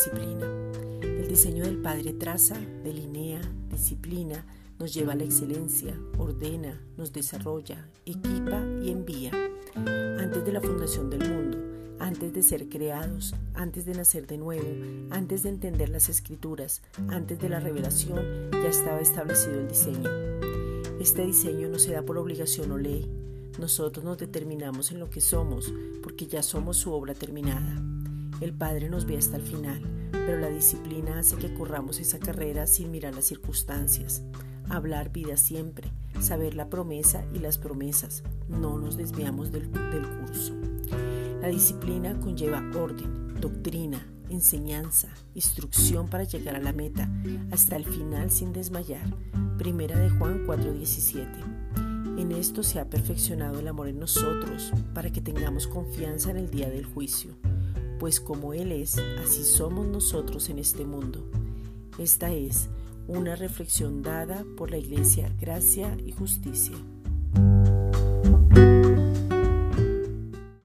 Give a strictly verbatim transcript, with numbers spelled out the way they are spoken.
disciplina. El diseño del Padre traza, delinea, disciplina, nos lleva a la excelencia, ordena, nos desarrolla, equipa y envía. Antes de la fundación del mundo, antes de ser creados, antes de nacer de nuevo, antes de entender las Escrituras, antes de la revelación, ya estaba establecido el diseño. Este diseño no se da por obligación o ley. Nosotros nos determinamos en lo que somos, porque ya somos su obra terminada. El Padre nos ve hasta el final, pero la disciplina hace que corramos esa carrera sin mirar las circunstancias. Hablar vida siempre, saber la promesa y las promesas. No nos desviamos del, del curso. La disciplina conlleva orden, doctrina, enseñanza, instrucción para llegar a la meta, hasta el final sin desmayar. Primera de Juan cuatro diecisiete. En esto se ha perfeccionado el amor en nosotros, para que tengamos confianza en el día del juicio. Pues como Él es, así somos nosotros en este mundo. Esta es una reflexión dada por la Iglesia Gracia y Justicia.